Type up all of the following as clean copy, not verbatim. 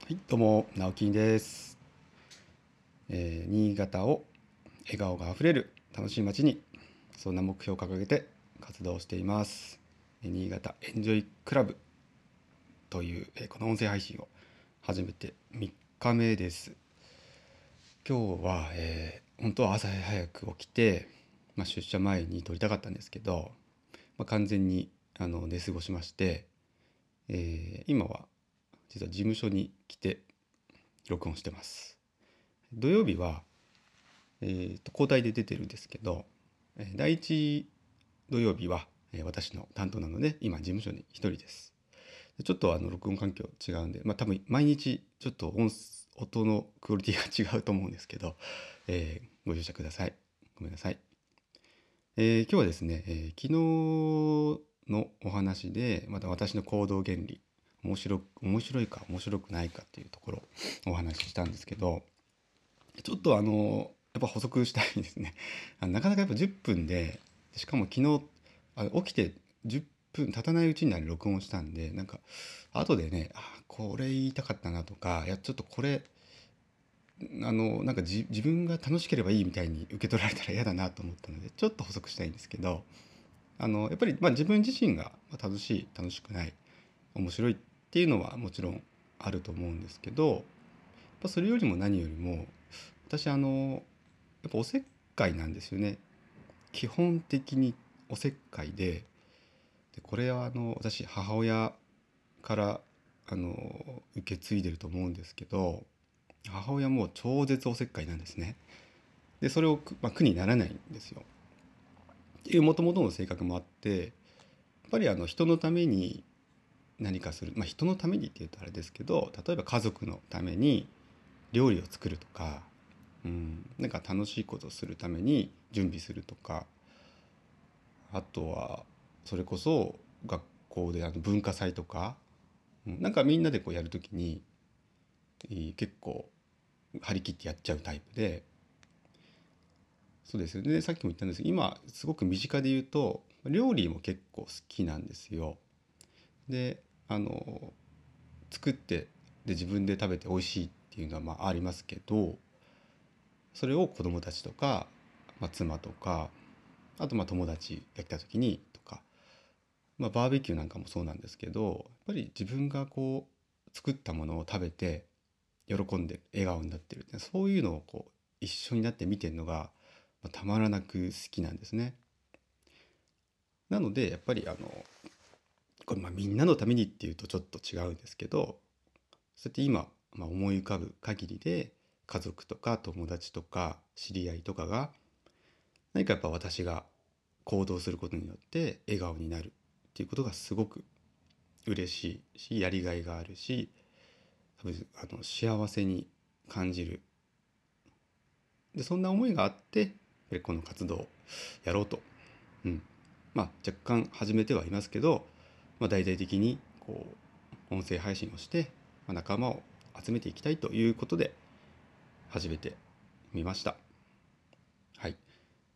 はい、どうも、直樹です。新潟を笑顔があふれる楽しい街に、そんな目標を掲げて活動しています。新潟エンジョイクラブという、この音声配信を始めて3日目です。今日は、本当は朝早く起きて、出社前に撮りたかったんですけど、完全に寝過ごしまして、今は実は事務所に来て録音してます。土曜日は交代で出てるんですけど、第一土曜日は、私の担当なので今事務所に一人です。ちょっと録音環境違うんで、多分毎日ちょっと音のクオリティが違うと思うんですけど、ご容赦ください。ごめんなさい。今日はですね、昨日のお話でまた私の行動原理、面白いか面白くないかっていうところをお話ししたんですけど、ちょっとやっぱ補足したいですね。なかなかやっぱ10分で、しかも昨日起きて10分経たないうちに録音したんで、なんか後でね、これ言いたかったなとか、いやちょっとこれなんか自分が楽しければいいみたいに受け取られたら嫌だなと思ったので、ちょっと補足したいんですけど、やっぱり自分自身が楽しい楽しくない面白いっていうのはもちろんあると思うんですけど、やっぱそれよりも何よりも私やっぱおせっかいなんですよね。基本的におせっかいでこれは私母親から受け継いでると思うんですけど、母親も超絶おせっかいなんですね。でそれを苦にならないんですよ。っていう元々の性格もあって、やっぱり人のために何かする、人のためにっていうとあれですけど、例えば家族のために料理を作るとか、なんか楽しいことをするために準備するとか、あとはそれこそ学校で文化祭とか、なんかみんなでこうやるときに結構張り切ってやっちゃうタイプで、そうですよね。さっきも言ったんですけど、今すごく身近で言うと料理も結構好きなんですよ。で作って自分で食べて美味しいっていうのはありますけど、それを子供たちとか、妻とか、あと友達が来た時にとか、バーベキューなんかもそうなんですけど、やっぱり自分がこう作ったものを食べて喜んで笑顔になってる、そういうのをこう一緒になって見てるのが、たまらなく好きなんですね。なのでやっぱりこれみんなのためにっていうとちょっと違うんですけど、そうやって今、思い浮かぶ限りで家族とか友達とか知り合いとかが何かやっぱ私が行動することによって笑顔になるっていうことがすごく嬉しいし、やりがいがあるし、多分幸せに感じる。でそんな思いがあって、やっぱりこの活動をやろうと、若干始めてはいますけど、大々的にこう音声配信をして、仲間を集めていきたいということで始めてみました。はい。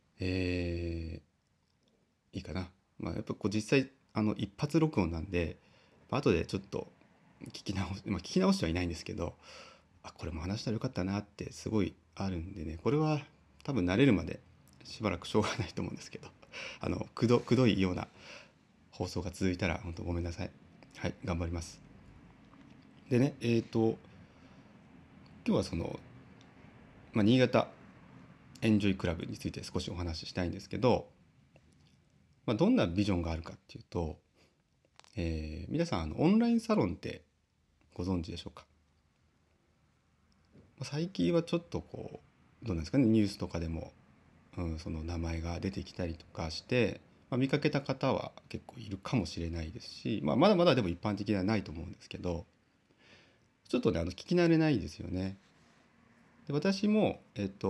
いいかな。やっぱこう実際一発録音なんで、後でちょっと聞き直してはいないんですけど、これも話したらよかったなってすごいあるんでね、これは多分慣れるまでしばらくしょうがないと思うんですけど、くどいような放送が続いたら本当ごめんなさい。はい、頑張ります。でね、今日は新潟エンジョイクラブについて少しお話ししたいんですけど、どんなビジョンがあるかっていうと、皆さんオンラインサロンってご存知でしょうか。最近はちょっとこうどうなんですかね、ニュースとかでも、その名前が出てきたりとかして、見かけた方は結構いるかもしれないですし、まだまだでも一般的ではないと思うんですけど、ちょっとね聞き慣れないですよね。で私も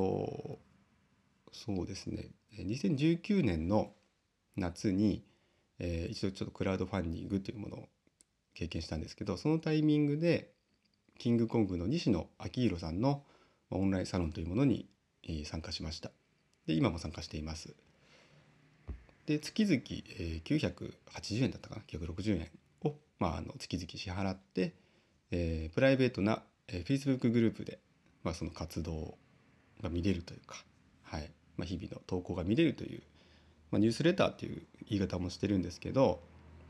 そうですね、2019年の夏に、一度ちょっとクラウドファンディングというものを経験したんですけど、そのタイミングでキングコングの西野昭弘さんのオンラインサロンというものに参加しました。で今も参加しています。で月々980円だったかな、960円を、月々支払って、 プライベートな、Facebook グループで、その活動が見れるというか、はい日々の投稿が見れるという、ニュースレターっていう言い方もしてるんですけど、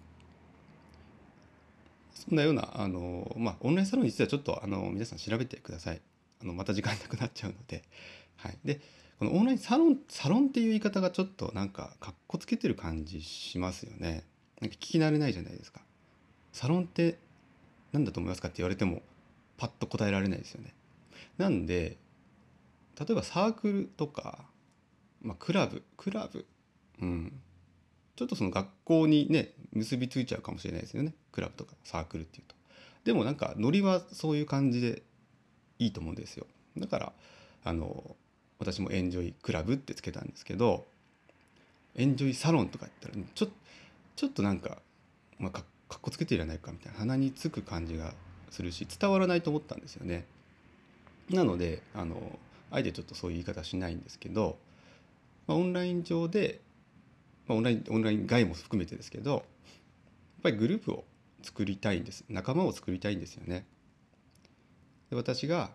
そんなようなオンラインサロンについてはちょっと皆さん調べてください。また時間なくなっちゃうので、はい、でこのオンラインサロンっていう言い方がちょっとなんかかっこつけてる感じしますよね。なんか聞き慣れないじゃないですか。サロンって何だと思いますかって言われてもパッと答えられないですよね。なんで例えばサークルとか、クラブ、うん、ちょっとその学校にね結びついちゃうかもしれないですよね、クラブとかサークルっていうと。でもなんかノリはそういう感じでいいと思うんですよ。だから私もエンジョイクラブってつけたんですけど、エンジョイサロンとか言ったらちょっとなんか、かっこつけてるじゃないかみたいな、鼻につく感じがするし伝わらないと思ったんですよね。なのであえてちょっとそういう言い方しないんですけど、オンライン上で、オンライン外も含めてですけど、やっぱりグループを作りたいんです。仲間を作りたいんですよね。で私が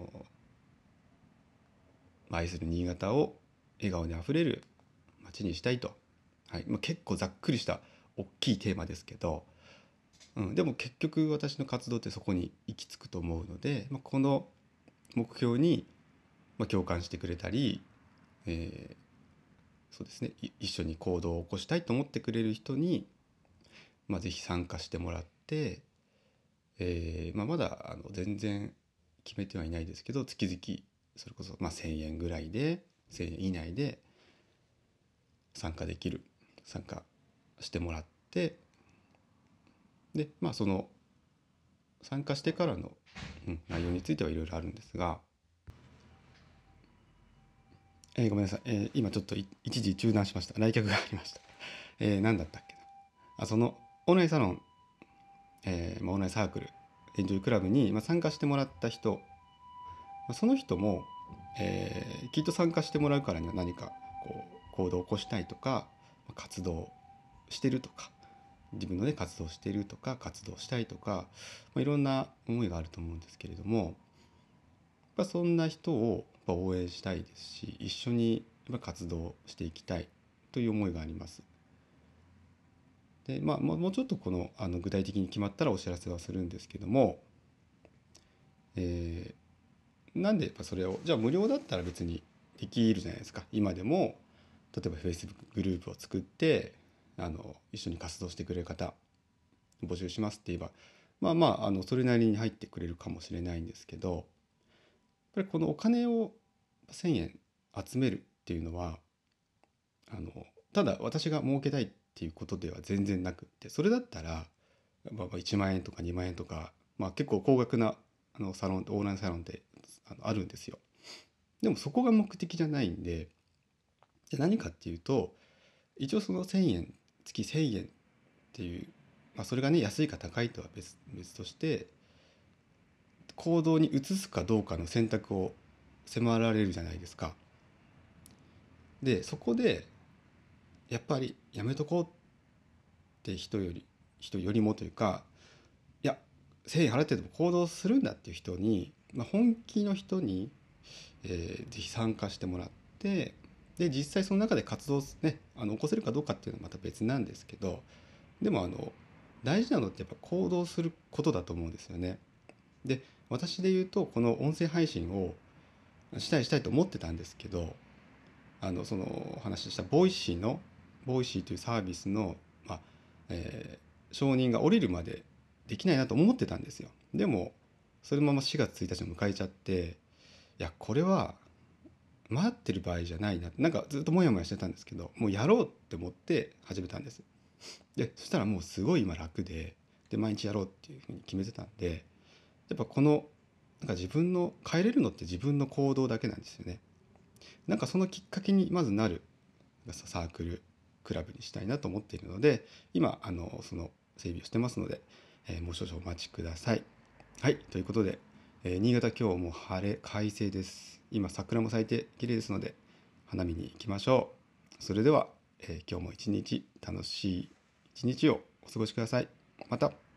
愛する新潟を笑顔にあふれる街にしたいと、はい結構ざっくりした大きいテーマですけど、でも結局私の活動ってそこに行き着くと思うので、この目標に、共感してくれたり、そうですね、一緒に行動を起こしたいと思ってくれる人に、ぜひ参加してもらって、まだ全然決めてはいないですけど、月々それこそ1,000円ぐらいで1,000円以内で参加してもらって、でその参加してからの、内容についてはいろいろあるんですが、ごめんなさい、今ちょっと一時中断しました。来客がありました。何だったっけなそのオンラインサロン、オンラインサークルエンジョイクラブに、参加してもらった人、その人も、きっと参加してもらうからには何かこう行動を起こしたいとか、活動してるとか、自分のね活動してるとか活動したいとか、いろんな思いがあると思うんですけれども、そんな人を応援したいですし、一緒に活動していきたいという思いがあります。でもうちょっと具体的に決まったらお知らせはするんですけども、なんでそれをじゃあ無料だったら別にできるじゃないですか。今でも例えば Facebook グループを作って一緒に活動してくれる方募集しますって言えばそれなりに入ってくれるかもしれないんですけど、やっぱりこのお金を1,000円集めるっていうのはただ私が儲けたいっていうことでは全然なくって、それだったら、1万円とか2万円とか、結構高額なサロンオンラインサロンってあるんですよ。でもそこが目的じゃないんで、じゃあ何かっていうと、一応その1,000円月1,000円っていう、それがね安いか高いとは別として、行動に移すかどうかの選択を迫られるじゃないですか。でそこでやっぱりやめとこうって人よりもというか、いや1,000円払ってでも行動するんだっていう人に、本気の人に、ぜひ参加してもらって、で実際その中で活動ね起こせるかどうかっていうのはまた別なんですけど、でも大事なのってやっぱ行動することだと思うんですよね。で私で言うとこの音声配信をしたいと思ってたんですけど、そのお話ししたボイシーというサービスの、承認が下りるまでできないなと思ってたんですよ。でもそのまま4月1日を迎えちゃって、いやこれは待ってる場合じゃないな、なんかずっとモヤモヤしてたんですけど、もうやろうって思って始めたんです。でそしたらもうすごい今楽で毎日やろうっていうふうに決めてたんで、やっぱなんか自分の変えれるのって自分の行動だけなんですよね。なんかそのきっかけにまずなるサークルクラブにしたいなと思っているので、今その整備をしてますので、もう少々お待ちください。はい、ということで、新潟今日も晴れ快晴です。今桜も咲いて綺麗ですので花見に行きましょう。それでは、今日も一日楽しい一日をお過ごしください。また。